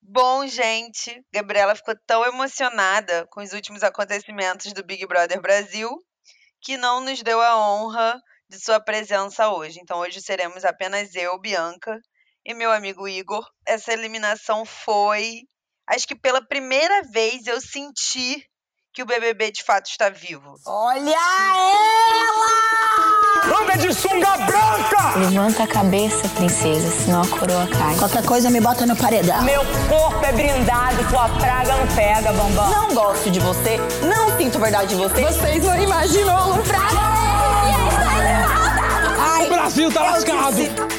Bom, gente, Gabriela ficou tão emocionada com os últimos acontecimentos do Big Brother Brasil que não nos deu a honra de sua presença hoje. Então, hoje seremos apenas eu, Bianca, e meu amigo Igor. Essa eliminação foi. Acho que pela primeira vez eu senti que o BBB de fato está vivo. Olha ela! Anda de sunga branca! Levanta a cabeça, princesa, senão a coroa cai. Qualquer coisa me bota no paredão. Meu corpo é brindado, tua praga não pega, bambam. Não gosto de você, não sinto verdade de você. Vocês não imaginam o O Brasil tá lascado!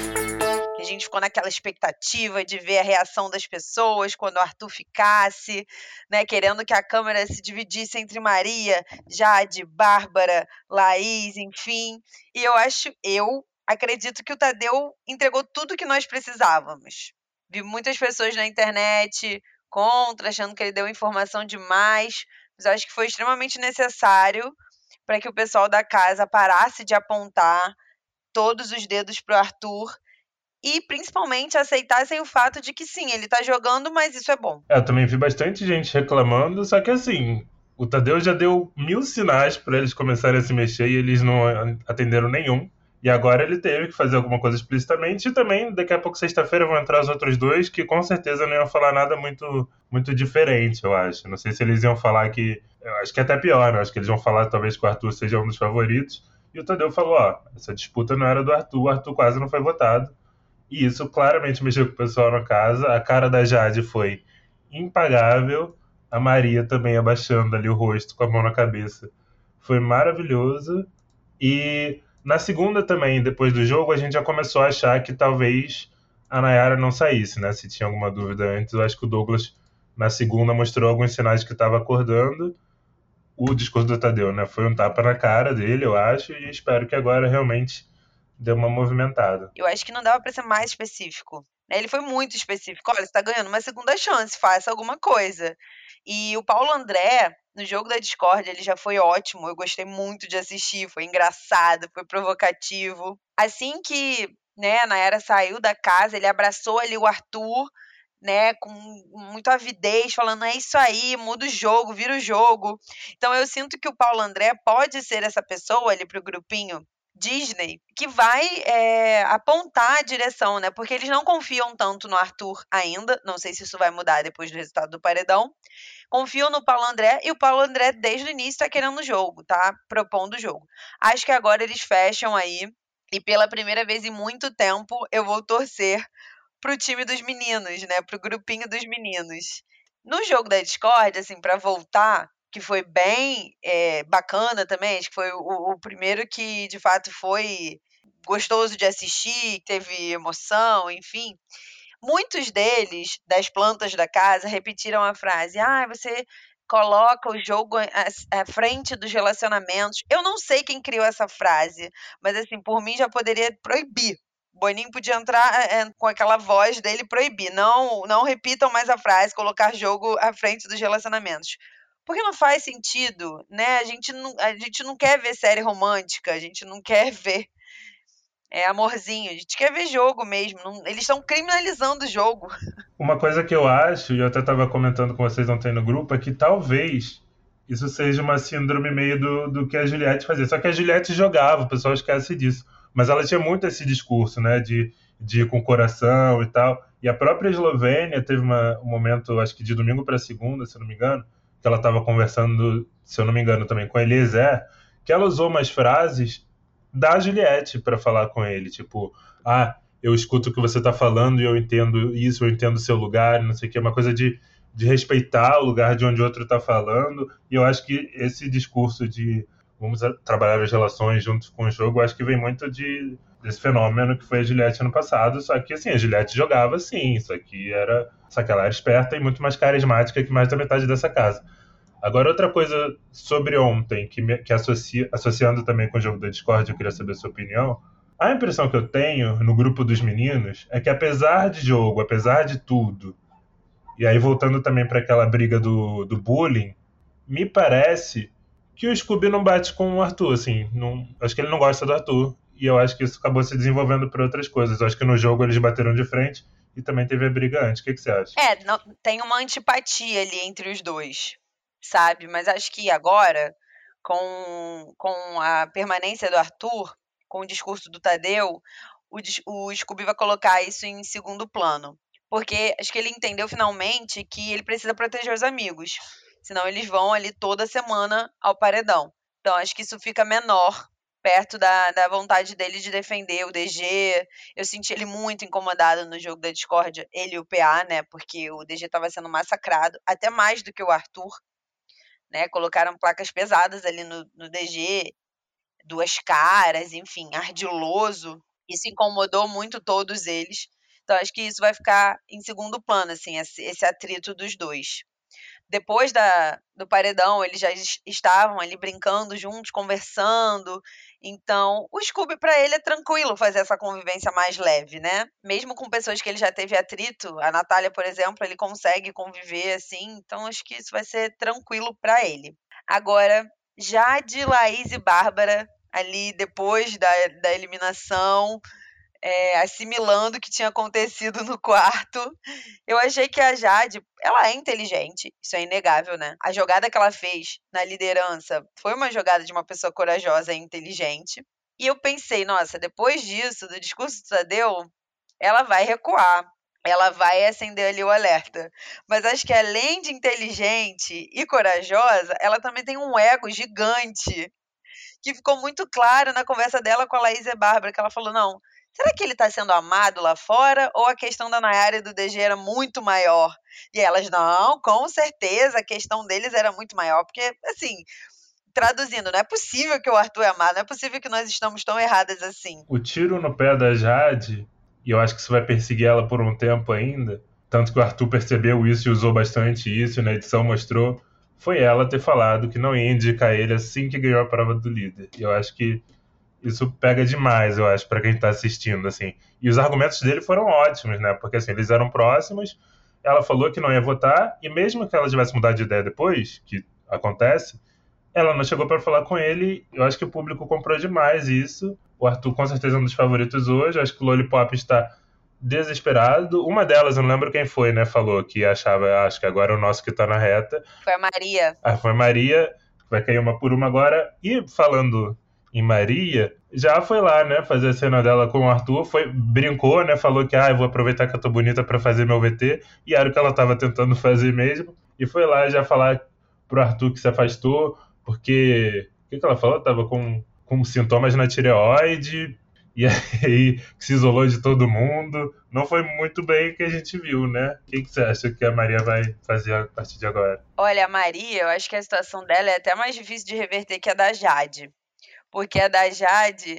A gente ficou naquela expectativa de ver a reação das pessoas quando o Arthur ficasse, né, querendo que a câmera se dividisse entre Maria, Jade, Bárbara, Laís, enfim. E eu acredito que o Tadeu entregou tudo que nós precisávamos. Vi muitas pessoas na internet contra, achando que ele deu informação demais, mas eu acho que foi extremamente necessário para que o pessoal da casa parasse de apontar todos os dedos pro Arthur e principalmente aceitassem o fato de que sim, ele tá jogando, mas isso é bom. Eu também vi bastante gente reclamando, só que assim, o Tadeu já deu 1000 sinais pra eles começarem a se mexer e eles não atenderam nenhum. E agora ele teve que fazer alguma coisa explicitamente e também daqui a pouco, sexta-feira, vão entrar os outros dois que com certeza não iam falar nada muito diferente, eu acho. Não sei se eles iam falar que... Eu acho que é até pior, né? Acho que eles vão falar talvez que o Arthur seja um dos favoritos. E o Tadeu falou, essa disputa não era do Arthur, o Arthur quase não foi votado. E isso claramente mexeu com o pessoal na casa. A cara da Jade foi impagável. A Maria também abaixando ali o rosto com a mão na cabeça. Foi maravilhoso. E na segunda também, depois do jogo, a gente já começou a achar que talvez a Nayara não saísse, né? Se tinha alguma dúvida antes, eu acho que o Douglas na segunda mostrou alguns sinais que estava acordando. O discurso do Tadeu, né? Foi um tapa na cara dele, eu acho. E espero que agora realmente deu uma movimentada. Eu acho que não dava pra ser mais específico. Ele foi muito específico. Olha, você tá ganhando uma segunda chance, faça alguma coisa. E o Paulo André, no jogo da Discord, ele já foi ótimo. Eu gostei muito de assistir, foi engraçado, foi provocativo. Assim que, né, a Nayara saiu da casa, ele abraçou ali o Arthur, né, com muita avidez, falando, é isso aí, muda o jogo, vira o jogo. Então eu sinto que o Paulo André pode ser essa pessoa ali pro grupinho Disney, que vai apontar a direção, né? Porque eles não confiam tanto no Arthur ainda, não sei se isso vai mudar depois do resultado do paredão, confiam no Paulo André, e o Paulo André desde o início tá querendo o jogo, tá propondo o jogo. Acho que agora eles fecham aí, e pela primeira vez em muito tempo eu vou torcer pro time dos meninos, né? Pro grupinho dos meninos. No jogo da Discord, assim, pra voltar, que foi bem bacana também, acho que foi o primeiro que de fato foi gostoso de assistir, teve emoção, enfim. Muitos deles, das plantas da casa, repetiram a frase, você coloca o jogo à frente dos relacionamentos. Eu não sei quem criou essa frase, mas assim, por mim já poderia proibir. O Boninho podia entrar com aquela voz dele e proibir. Não repitam mais a frase, colocar jogo à frente dos relacionamentos. Porque não faz sentido, né? A gente não quer ver série romântica, a gente não quer ver amorzinho, a gente quer ver jogo mesmo. Eles estão criminalizando o jogo. Uma coisa que eu acho, e eu até estava comentando com vocês ontem no grupo, é que talvez isso seja uma síndrome meio do que a Juliette fazia. Só que a Juliette jogava, o pessoal esquece disso. Mas ela tinha muito esse discurso, né, de ir com o coração e tal. E a própria Eslovênia teve um momento, acho que de domingo para segunda, se eu não me engano, que ela estava conversando, se eu não me engano, também com a Eliezer, que ela usou umas frases da Juliette para falar com ele, tipo, eu escuto o que você está falando e eu entendo isso, eu entendo o seu lugar, não sei o que, uma coisa de respeitar o lugar de onde o outro está falando, e eu acho que esse discurso de vamos trabalhar as relações junto com o jogo, eu acho que vem muito desse fenômeno que foi a Juliette ano passado, só que assim, a Juliette jogava sim, só que ela era esperta e muito mais carismática que mais da metade dessa casa. Agora, outra coisa sobre ontem, que associando também com o jogo da Discord, eu queria saber a sua opinião. A impressão que eu tenho no grupo dos meninos é que apesar de jogo, apesar de tudo, e aí voltando também para aquela briga do bullying, me parece que o Scooby não bate com o Arthur, assim, acho que ele não gosta do Arthur, e eu acho que isso acabou se desenvolvendo por outras coisas. Eu acho que no jogo eles bateram de frente, e também teve a briga antes. O que você acha? Tem uma antipatia ali entre os dois, sabe? Mas acho que agora, com a permanência do Arthur, com o discurso do Tadeu, o Scooby vai colocar isso em segundo plano. Porque acho que ele entendeu finalmente que ele precisa proteger os amigos. Senão eles vão ali toda semana ao paredão. Então acho que isso fica menor perto da vontade dele de defender o DG. Eu senti ele muito incomodado no jogo da discórdia, ele e o PA, né? Porque o DG estava sendo massacrado, até mais do que o Arthur, né? Colocaram placas pesadas ali no DG, 2 caras, enfim, ardiloso. Isso incomodou muito todos eles. Então, acho que isso vai ficar em segundo plano, assim, esse atrito dos dois. Depois do paredão, eles já estavam ali brincando juntos, conversando. Então, o Scooby, para ele, é tranquilo fazer essa convivência mais leve, né? Mesmo com pessoas que ele já teve atrito, a Natália, por exemplo, ele consegue conviver assim. Então, acho que isso vai ser tranquilo para ele. Agora, Jade, Laís e Bárbara, ali depois da eliminação, assimilando o que tinha acontecido no quarto. Eu achei que a Jade, ela é inteligente, isso é inegável, né? A jogada que ela fez na liderança foi uma jogada de uma pessoa corajosa e inteligente. E eu pensei, nossa, depois disso, do discurso do Tadeu, ela vai recuar. Ela vai acender ali o alerta. Mas acho que além de inteligente e corajosa, ela também tem um ego gigante, que ficou muito claro na conversa dela com a Laís e Bárbara, que ela falou, não, será que ele está sendo amado lá fora ou a questão da Nayara e do DG era muito maior? E elas, não, com certeza a questão deles era muito maior, porque, assim, traduzindo, não é possível que o Arthur é amado, não é possível que nós estamos tão erradas assim. O tiro no pé da Jade, e eu acho que isso vai perseguir ela por um tempo ainda, tanto que o Arthur percebeu isso e usou bastante isso, na edição mostrou, foi ela ter falado que não ia indicar ele assim que ganhou a prova do líder. E eu acho que isso pega demais, eu acho, pra quem tá assistindo, assim. E os argumentos dele foram ótimos, né? Porque, assim, eles eram próximos, ela falou que não ia votar, e mesmo que ela tivesse mudado de ideia depois, que acontece, ela não chegou pra falar com ele. Eu acho que o público comprou demais isso. O Arthur, com certeza, é um dos favoritos hoje. Eu acho que o Lollipop está desesperado. Uma delas, eu não lembro quem foi, né? Falou que achava, acho que agora é o nosso que tá na reta. Foi a Maria. Foi a Maria, vai cair uma por uma agora. E falando em Maria, já foi lá, né, fazer a cena dela com o Arthur, brincou, né, falou que, eu vou aproveitar que eu tô bonita pra fazer meu VT, e era o que ela tava tentando fazer mesmo, e foi lá já falar pro Arthur que se afastou, porque, o que ela falou? Tava com sintomas na tireoide, e aí se isolou de todo mundo, não foi muito bem o que a gente viu, né? O que você acha que a Maria vai fazer a partir de agora? Olha, a Maria, eu acho que a situação dela é até mais difícil de reverter que a da Jade. Porque a da Jade,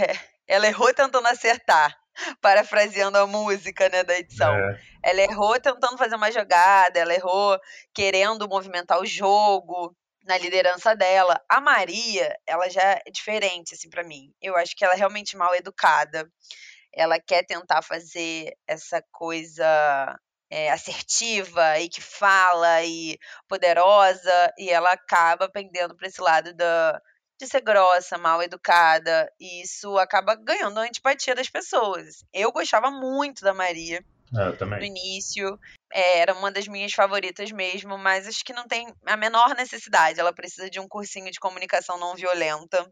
ela errou tentando acertar, parafraseando a música, né, da edição. Ela errou tentando fazer uma jogada, ela errou querendo movimentar o jogo na liderança dela. A Maria, ela já é diferente, assim, pra mim. Eu acho que ela é realmente mal educada. Ela quer tentar fazer essa coisa assertiva e que fala e poderosa, e ela acaba pendendo pra esse lado de ser grossa, mal educada, e isso acaba ganhando a antipatia das pessoas. Eu gostava muito da Maria também. no início, era uma das minhas favoritas mesmo, mas acho que não tem a menor necessidade, ela precisa de um cursinho de comunicação não violenta.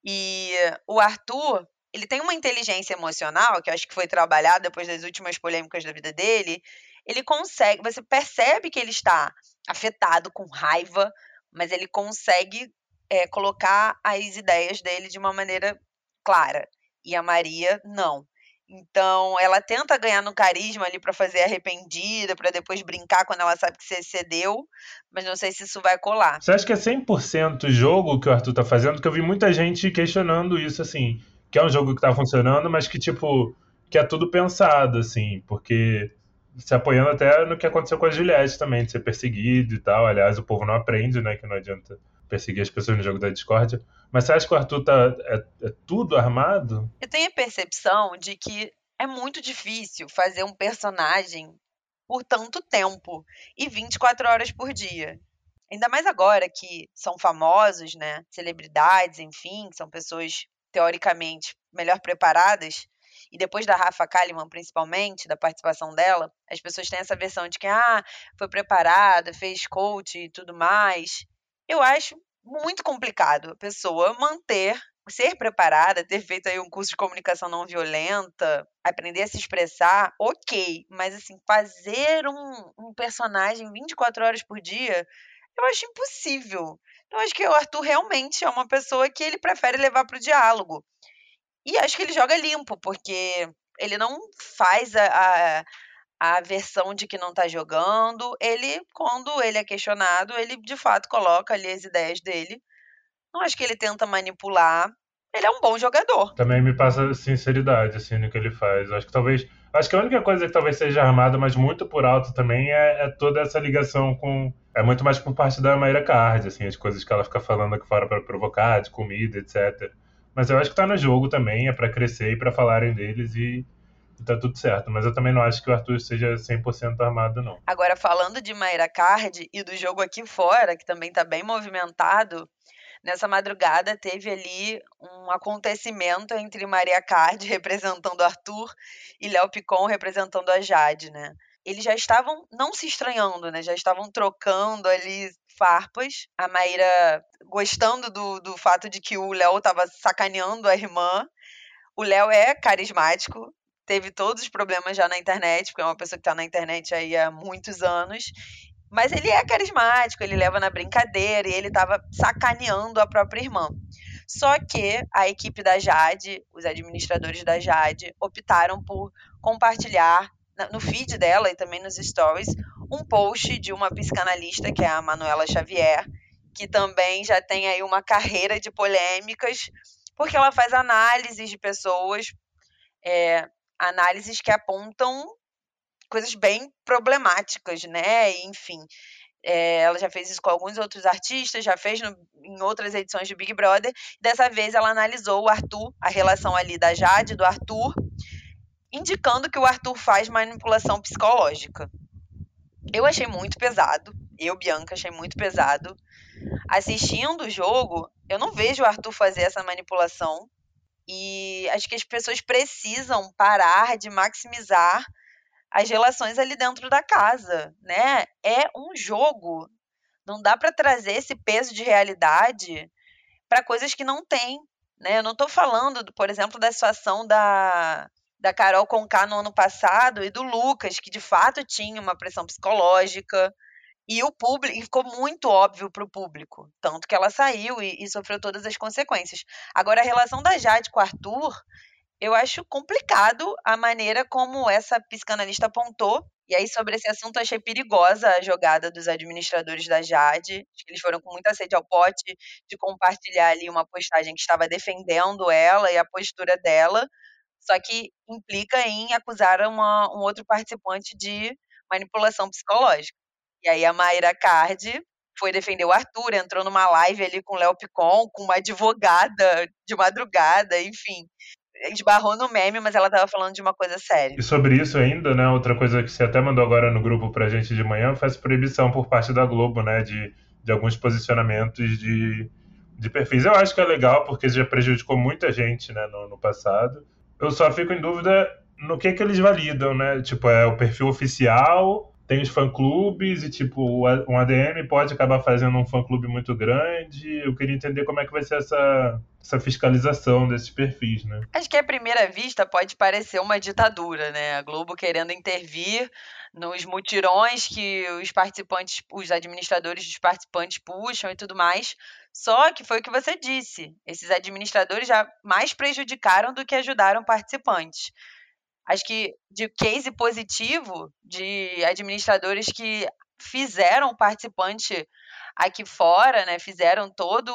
E o Arthur, ele tem uma inteligência emocional, que eu acho que foi trabalhada depois das últimas polêmicas da vida dele, ele consegue, você percebe que ele está afetado, com raiva, mas ele consegue colocar as ideias dele de uma maneira clara. E a Maria, não. Então, ela tenta ganhar no carisma ali pra fazer arrependida, pra depois brincar quando ela sabe que você cedeu, mas não sei se isso vai colar. Você acha que é 100% jogo que o Arthur tá fazendo? Porque eu vi muita gente questionando isso, assim, que é um jogo que tá funcionando, mas que, tipo, que é tudo pensado, assim, porque se apoiando até no que aconteceu com a Juliette também, de ser perseguido e tal. Aliás, o povo não aprende, né, que não adianta perseguir as pessoas no jogo da discórdia. Mas você acha que o Arthur é tudo armado? Eu tenho a percepção de que é muito difícil fazer um personagem por tanto tempo e 24 horas por dia. Ainda mais agora que são famosos, né? Celebridades, enfim, que são pessoas teoricamente melhor preparadas e depois da Rafa Kalimann, principalmente, da participação dela, as pessoas têm essa versão de que foi preparada, fez coach e tudo mais. Eu acho muito complicado a pessoa ser preparada, ter feito aí um curso de comunicação não violenta, aprender a se expressar, ok, mas assim, fazer um personagem 24 horas por dia, eu acho impossível. Eu acho que o Arthur realmente é uma pessoa que ele prefere levar para o diálogo. E acho que ele joga limpo, porque ele não faz a versão de que não tá jogando. Ele, quando ele é questionado, ele de fato coloca ali as ideias dele. Não acho que ele tenta manipular. Ele é um bom jogador. Também me passa sinceridade, assim, no que ele faz. Acho que a única coisa que talvez seja armada, mas muito por alto também, é toda essa ligação com... É muito mais por parte da Mayra Card, assim, as coisas que ela fica falando aqui fora pra provocar, de comida, etc. Mas eu acho que tá no jogo também, é pra crescer e pra falarem deles e tá tudo certo. Mas eu também não acho que o Arthur seja 100% armado, não. Agora, falando de Mayra Card e do jogo aqui fora, que também tá bem movimentado, nessa madrugada teve ali um acontecimento entre Maria Card representando Arthur e Léo Picon representando a Jade, né? Eles já estavam não se estranhando, né? Já estavam trocando ali farpas. A Maíra gostando do fato de que o Léo estava sacaneando a irmã. O Léo é carismático, teve todos os problemas já na internet, porque é uma pessoa que está na internet aí há muitos anos. Mas ele é carismático, ele leva na brincadeira e ele estava sacaneando a própria irmã. Só que a equipe da Jade, os administradores da Jade, optaram por compartilhar no feed dela e também nos stories um post de uma psicanalista, que é a Manuela Xavier, que também já tem aí uma carreira de polêmicas, porque ela faz análises de pessoas, análises que apontam coisas bem problemáticas, né? Enfim, ela já fez isso com alguns outros artistas, já fez em outras edições de Big Brother. Dessa vez ela analisou o Arthur, a relação ali da Jade e do Arthur, indicando que o Arthur faz manipulação psicológica. Eu achei muito pesado. Eu, Bianca, achei muito pesado. Assistindo o jogo, eu não vejo o Arthur fazer essa manipulação. E acho que as pessoas precisam parar de maximizar as relações ali dentro da casa, né? É um jogo. Não dá para trazer esse peso de realidade para coisas que não tem, né? Eu não estou falando, por exemplo, da situação da Carol Conká no ano passado e do Lucas, que de fato tinha uma pressão psicológica, e o público, e ficou muito óbvio para o público, tanto que ela saiu e sofreu todas as consequências. Agora, a relação da Jade com o Arthur, eu acho complicado a maneira como essa psicanalista apontou. E aí, sobre esse assunto, eu achei perigosa a jogada dos administradores da Jade. Acho que eles foram com muita sede ao pote de compartilhar ali uma postagem que estava defendendo ela e a postura dela, só que implica em acusar um outro participante de manipulação psicológica. E aí a Mayra Card foi defender o Arthur, entrou numa live ali com o Léo Picon, com uma advogada de madrugada, enfim. Esbarrou no meme, mas ela estava falando de uma coisa séria. E sobre isso ainda, né, outra coisa que você até mandou agora no grupo pra gente de manhã foi essa proibição por parte da Globo, né, de alguns posicionamentos de perfis. Eu acho que é legal, porque já prejudicou muita gente, né, no passado. Eu só fico em dúvida no que eles validam, né? Tipo, é o perfil oficial, tem os fã-clubes e, tipo, um ADM pode acabar fazendo um fã-clube muito grande. Eu queria entender como é que vai ser essa fiscalização desses perfis, né? Acho que à primeira vista pode parecer uma ditadura, né? A Globo querendo intervir nos mutirões que os participantes, os administradores dos participantes puxam e tudo mais. Só que foi o que você disse. Esses administradores já mais prejudicaram do que ajudaram participantes. Acho que de case positivo de administradores que fizeram o participante aqui fora, né, fizeram toda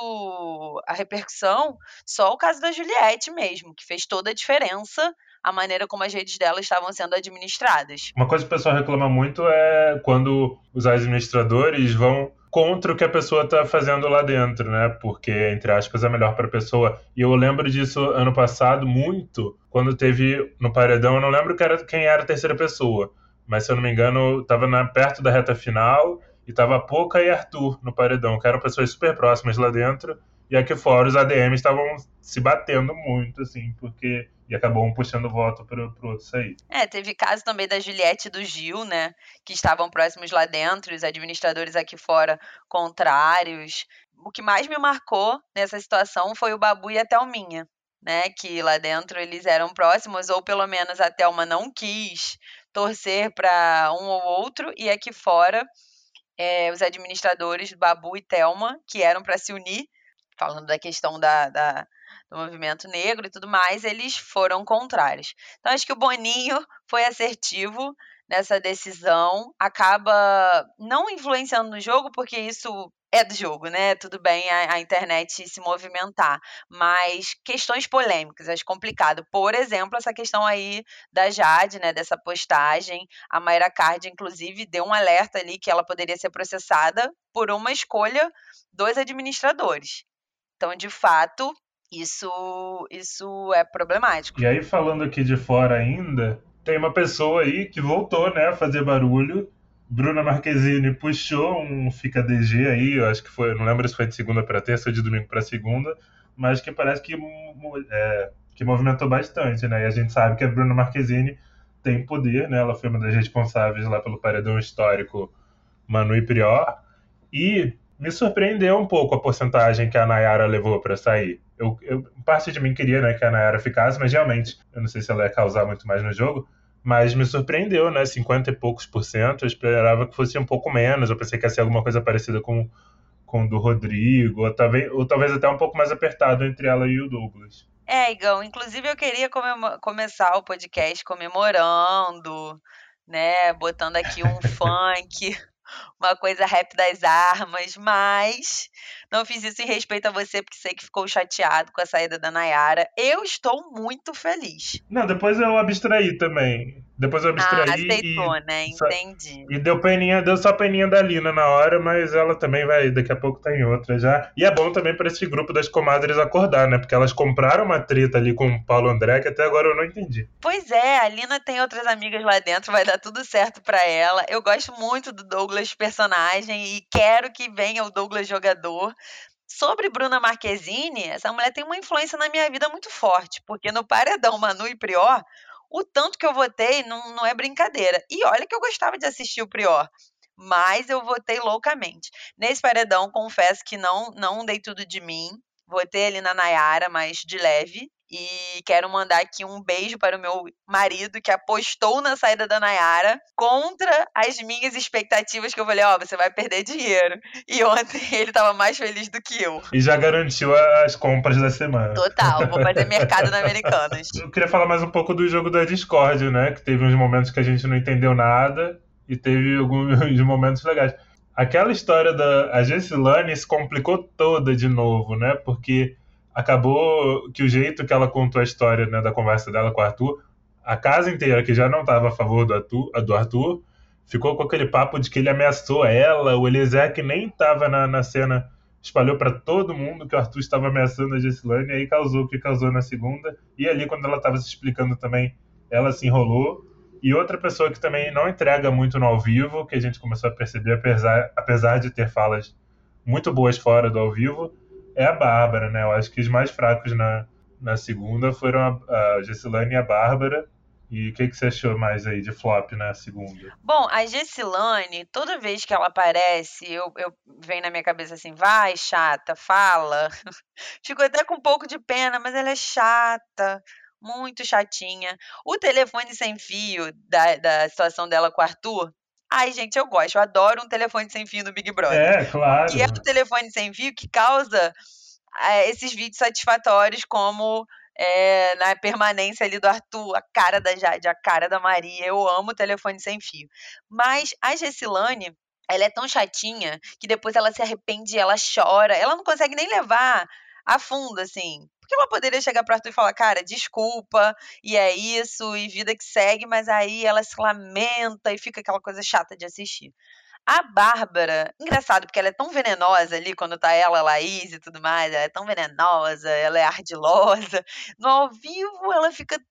a repercussão, só o caso da Juliette mesmo, que fez toda a diferença a maneira como as redes dela estavam sendo administradas. Uma coisa que o pessoal reclama muito é quando os administradores vão contra o que a pessoa está fazendo lá dentro, né? Porque, entre aspas, é melhor para a pessoa. E eu lembro disso ano passado muito, quando teve no paredão, eu não lembro quem era a terceira pessoa, mas se eu não me engano, estava perto da reta final e estava Poca e Arthur no paredão, que eram pessoas super próximas lá dentro, E aqui fora os ADMs estavam se batendo muito, assim, porque... E acabou um puxando voto pro outro sair. Teve caso também da Juliette e do Gil, né? Que estavam próximos lá dentro, os administradores aqui fora contrários. O que mais me marcou nessa situação foi o Babu e a Thelminha, né? Que lá dentro eles eram próximos, ou pelo menos a Thelma não quis torcer para um ou outro, e aqui fora os administradores, Babu e Thelma, que eram para se unir, falando da questão do movimento negro e tudo mais, eles foram contrários. Então, acho que o Boninho foi assertivo nessa decisão, acaba não influenciando no jogo, porque isso é do jogo, né? Tudo bem a internet se movimentar, mas questões polêmicas, acho complicado. Por exemplo, essa questão aí da Jade, né? Dessa postagem, a Mayra Card, inclusive, deu um alerta ali que ela poderia ser processada por uma escolha dos administradores. Então, de fato, isso é problemático. E aí, falando aqui de fora ainda, tem uma pessoa aí que voltou, né, a fazer barulho. Bruna Marquezine puxou um Fica DG aí, eu acho que foi, não lembro se foi de segunda para terça ou de domingo para segunda, mas que parece que movimentou bastante, né? E a gente sabe que a Bruna Marquezine tem poder, né? Ela foi uma das responsáveis lá pelo paredão histórico Manu e Prior. E me surpreendeu um pouco a porcentagem que a Nayara levou para sair. Parte de mim queria, né, que a Nayara ficasse, mas realmente, eu não sei se ela ia causar muito mais no jogo, mas me surpreendeu, né, 50 e poucos %, eu esperava que fosse um pouco menos, eu pensei que ia ser alguma coisa parecida com o do Rodrigo, ou talvez até um pouco mais apertado entre ela e o Douglas. Igão, inclusive eu queria começar o podcast comemorando, né, botando aqui um funk, uma coisa rap das armas, mas não fiz isso em respeito a você, porque sei que ficou chateado com a saída da Nayara. Eu estou muito feliz. Não, depois eu abstraí também. Depois eu abstraí aceitou, né? Entendi. E deu só peninha da Lina na hora, mas ela também daqui a pouco tá em outra já. E é bom também para esse grupo das comadres acordar, né? Porque elas compraram uma treta ali com o Paulo André, que até agora eu não entendi. Pois é, a Lina tem outras amigas lá dentro, vai dar tudo certo para ela. Eu gosto muito do Douglas personagem e quero que venha o Douglas jogador. Sobre Bruna Marquezine, essa mulher tem uma influência na minha vida muito forte, porque no paredão Manu e Prior, o tanto que eu votei não é brincadeira. E olha que eu gostava de assistir o Prior, mas eu votei loucamente. Nesse paredão, confesso que não dei tudo de mim, votei ali na Nayara, mas de leve. E quero mandar aqui um beijo para o meu marido, que apostou na saída da Nayara contra as minhas expectativas, que eu falei, você vai perder dinheiro. E ontem ele estava mais feliz do que eu. E já garantiu as compras da semana. Total, vou fazer mercado na Americanas. Eu queria falar mais um pouco do jogo da Discord, né? Que teve uns momentos que a gente não entendeu nada e teve alguns momentos legais. Aquela história a Gessilane se complicou toda de novo, né? Porque acabou que o jeito que ela contou a história, né, da conversa dela com o Arthur, a casa inteira, que já não estava a favor do Arthur, ficou com aquele papo de que ele ameaçou ela, o Eliezer, que nem estava na cena, espalhou para todo mundo que o Arthur estava ameaçando a Gessilane, e aí causou o que causou na segunda. E ali, quando ela estava se explicando também, ela se enrolou. E outra pessoa que também não entrega muito no ao vivo, que a gente começou a perceber, apesar de ter falas muito boas fora do ao vivo, é a Bárbara, né? Eu acho que os mais fracos na segunda foram a Gessilane e a Bárbara. E o que você achou mais aí de flop na segunda? Bom, a Gessilane, toda vez que ela aparece, eu vem na minha cabeça assim, vai, chata, fala. Fico até com um pouco de pena, mas ela é chata, muito chatinha. O telefone sem fio da situação dela com o Arthur, ai, gente, eu gosto. Eu adoro um telefone sem fio no Big Brother. É, claro. E é o telefone sem fio que causa esses vídeos satisfatórios, como na permanência ali do Arthur, a cara da Jade, a cara da Maria. Eu amo o telefone sem fio. Mas a Gessilane, ela é tão chatinha que depois ela se arrepende, ela chora. Ela não consegue nem levar a fundo, assim. Porque ela poderia chegar pro Arthur e falar, cara, desculpa, e é isso, e vida que segue, mas aí ela se lamenta e fica aquela coisa chata de assistir. A Bárbara, engraçado, porque ela é tão venenosa ali, quando tá ela, a Laís e tudo mais, ela é tão venenosa, ela é ardilosa. No ao vivo, ela fica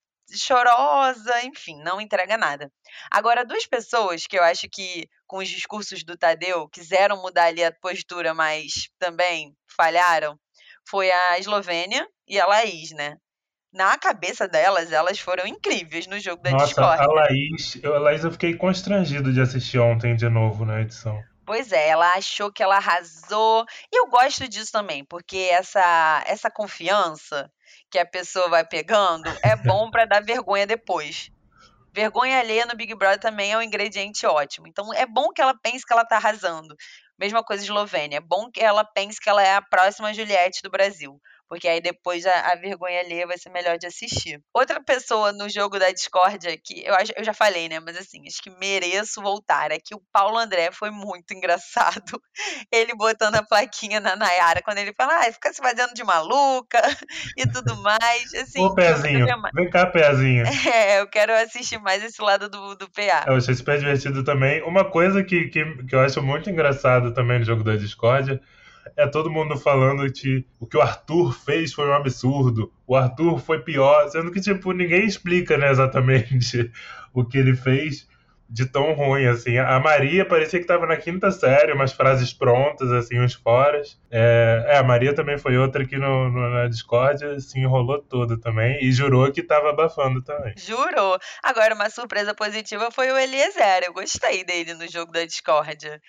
chorosa, enfim, não entrega nada. Agora, duas pessoas que eu acho que, com os discursos do Tadeu, quiseram mudar ali a postura, mas também falharam, foi a Eslovênia e a Laís, né? Na cabeça delas, elas foram incríveis no jogo da Nossa, a discórdia. Laís eu fiquei constrangido de assistir ontem de novo na edição. Pois é, ela achou que ela arrasou. E eu gosto disso também, porque essa confiança que a pessoa vai pegando é bom pra dar vergonha depois. Vergonha alheia no Big Brother também é um ingrediente ótimo. Então é bom que ela pense que ela tá arrasando. Mesma coisa Eslovênia. É bom que ela pense que ela é a próxima Juliette do Brasil. Porque aí depois a vergonha alheia vai ser melhor de assistir. Outra pessoa no jogo da discórdia que eu já falei, né? Mas assim, acho que mereço voltar. É que o Paulo André foi muito engraçado. Ele botando a plaquinha na Nayara quando ele fala, fica se fazendo de maluca e tudo mais. Assim, Ô, Pezinho, vem cá, Pezinho. eu quero assistir mais esse lado do PA. Eu achei super divertido também. Uma coisa que eu acho muito engraçado também no jogo da discórdia é todo mundo falando que o que o Arthur fez foi um absurdo. O Arthur foi pior, sendo que, tipo, ninguém explica, né, exatamente o que ele fez de tão ruim, assim. A Maria parecia que estava na quinta série, umas frases prontas, assim, uns foras. A Maria também foi outra que na discórdia se enrolou toda também e jurou que estava abafando também. Jurou. Agora, uma surpresa positiva foi o Eliezer. Eu gostei dele no jogo da discórdia.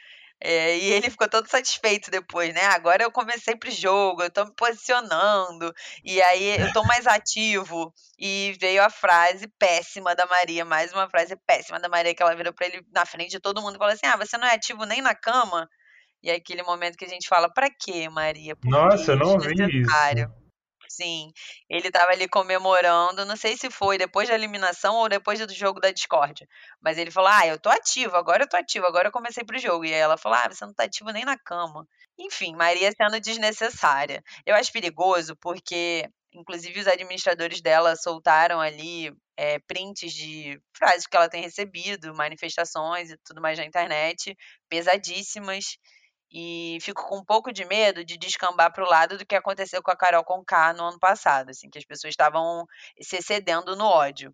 E ele ficou todo satisfeito depois, né? Agora eu comecei pro jogo, eu tô me posicionando, e aí eu tô mais ativo. E veio a frase péssima da Maria, mais uma frase péssima da Maria, que ela virou pra ele na frente de todo mundo e falou assim: você não é ativo nem na cama? E é aquele momento que a gente fala, pra quê, Maria? Por Nossa, eu quê? não vi isso. Desnecessário. Sim, ele estava ali comemorando, não sei se foi depois da eliminação ou depois do jogo da discórdia, mas ele falou, eu tô ativo, agora eu comecei pro jogo, e aí ela falou, você não tá ativo nem na cama. Enfim, Maria sendo desnecessária. Eu acho perigoso porque, inclusive, os administradores dela soltaram ali prints de frases que ela tem recebido, manifestações e tudo mais na internet, pesadíssimas, e fico com um pouco de medo de descambar para o lado do que aconteceu com a Carol Conká no ano passado, assim, que as pessoas estavam se excedendo no ódio.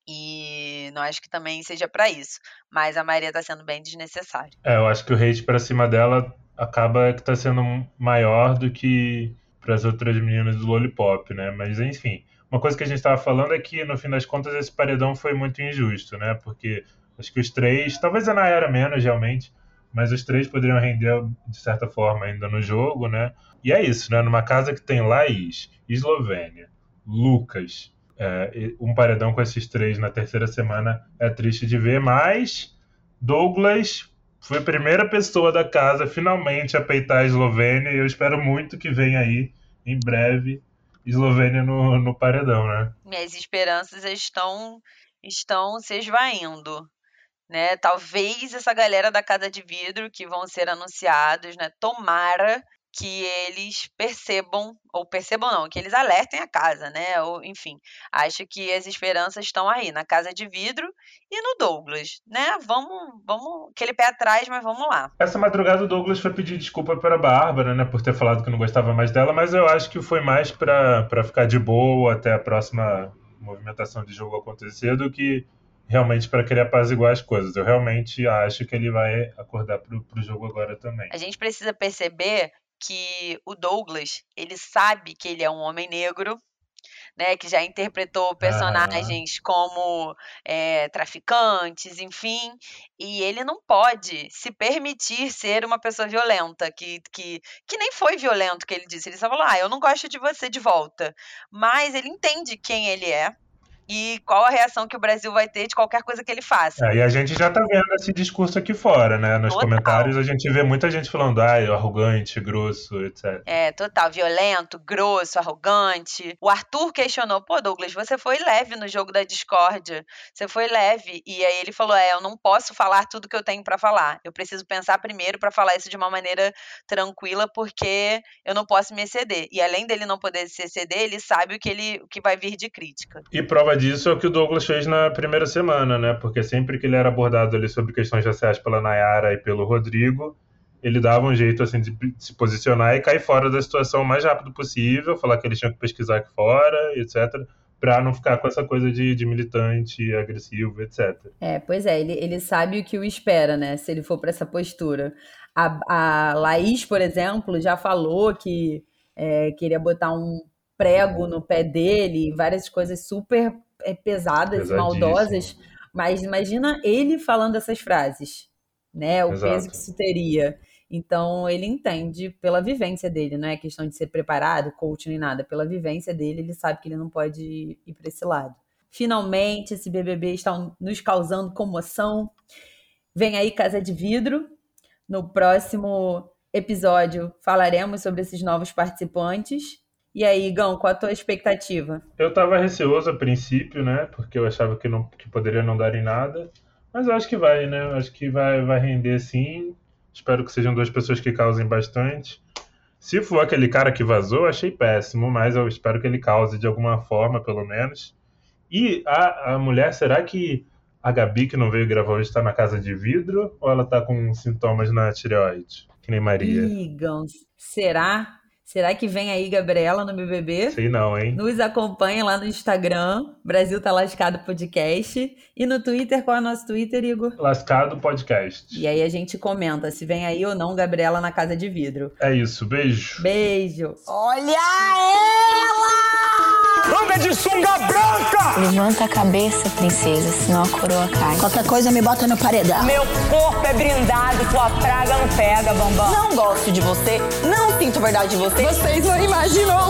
E não acho que também seja para isso. Mas a Maria tá sendo bem desnecessária. Eu acho que o hate pra cima dela acaba que tá sendo maior do que pras outras meninas do Lollipop, né? Mas enfim, uma coisa que a gente tava falando é que no fim das contas esse paredão foi muito injusto, né? Porque acho que os três, talvez a Nayara menos realmente, mas os três poderiam render de certa forma ainda no jogo, né? E é isso, né? Numa casa que tem Laís, Eslovênia, Lucas, um paredão com esses três na terceira semana é triste de ver, mas Douglas foi a primeira pessoa da casa finalmente a peitar a Eslovênia e eu espero muito que venha aí, em breve, Eslovênia no paredão, né? Minhas esperanças estão se esvaindo, né? Talvez essa galera da Casa de Vidro que vão ser anunciados, né? Tomara que eles percebam não, que eles alertem a casa, né? Ou, enfim, acho que as esperanças estão aí, na Casa de Vidro e no Douglas, né? Vamos, aquele pé atrás, mas vamos lá. Essa madrugada o Douglas foi pedir desculpa para a Bárbara, né? Por ter falado que não gostava mais dela, mas eu acho que foi mais para ficar de boa até a próxima movimentação de jogo acontecer do que realmente para querer apaziguar as coisas. Eu realmente acho que ele vai acordar pro jogo agora também. A gente precisa perceber que o Douglas, ele sabe que ele é um homem negro, né, que já interpretou personagens como traficantes, enfim, e ele não pode se permitir ser uma pessoa violenta, que nem foi violento que ele disse, ele só falou, eu não gosto de você de volta, mas ele entende quem ele é, e qual a reação que o Brasil vai ter de qualquer coisa que ele faça. E a gente já tá vendo esse discurso aqui fora, né? Nos comentários a gente vê muita gente falando, arrogante, grosso, etc. Total, violento, grosso, arrogante. O Arthur questionou, Douglas, você foi leve no jogo da discórdia, você foi leve. E aí ele falou, eu não posso falar tudo que eu tenho pra falar. Eu preciso pensar primeiro pra falar isso de uma maneira tranquila, porque eu não posso me exceder. E além dele não poder se exceder, ele sabe o que vai vir de crítica. E prova disso é o que o Douglas fez na primeira semana, né? Porque sempre que ele era abordado ali sobre questões raciais pela Nayara e pelo Rodrigo, ele dava um jeito assim de se posicionar e cair fora da situação o mais rápido possível, falar que eles tinham que pesquisar aqui fora, etc., pra não ficar com essa coisa de militante, agressivo, etc. Pois é, ele sabe o que o espera, né? Se ele for pra essa postura. A Laís, por exemplo, já falou que queria botar um prego no pé dele, várias coisas super pesadas e maldosas. Mas imagina ele falando essas frases, né? O peso que isso teria. Então, ele entende pela vivência dele, não é questão de ser preparado, coach nem nada. Pela vivência dele, ele sabe que ele não pode ir para esse lado. Finalmente, esse BBB está nos causando comoção. Vem aí Casa de Vidro. No próximo episódio, falaremos sobre esses novos participantes. E aí, Igão, qual a tua expectativa? Eu estava receoso a princípio, né? Porque eu achava que poderia não dar em nada. Mas eu acho que vai, né? Eu acho que vai render sim. Espero que sejam 2 pessoas que causem bastante. Se for aquele cara que vazou, eu achei péssimo. Mas eu espero que ele cause de alguma forma, pelo menos. E a mulher, será que a Gabi, que não veio gravar hoje, está na Casa de Vidro? Ou ela está com sintomas na tireoide? Que nem Maria. Igão, será? Será que vem aí Gabriela no BBB? Sei não, hein? Nos acompanha lá no Instagram, Brasil Tá Lascado Podcast. E no Twitter, qual é o nosso Twitter, Igor? Lascado Podcast. E aí a gente comenta se vem aí ou não Gabriela na Casa de Vidro. É isso, beijo. Beijo. Olha ela! Anda de sunga branca! Levanta a cabeça, princesa, senão a coroa cai. Qualquer coisa me bota no paredão. Meu corpo é blindado, tua praga não pega, bambam. Não gosto de você, não sinto verdade de você. Vocês não imaginam.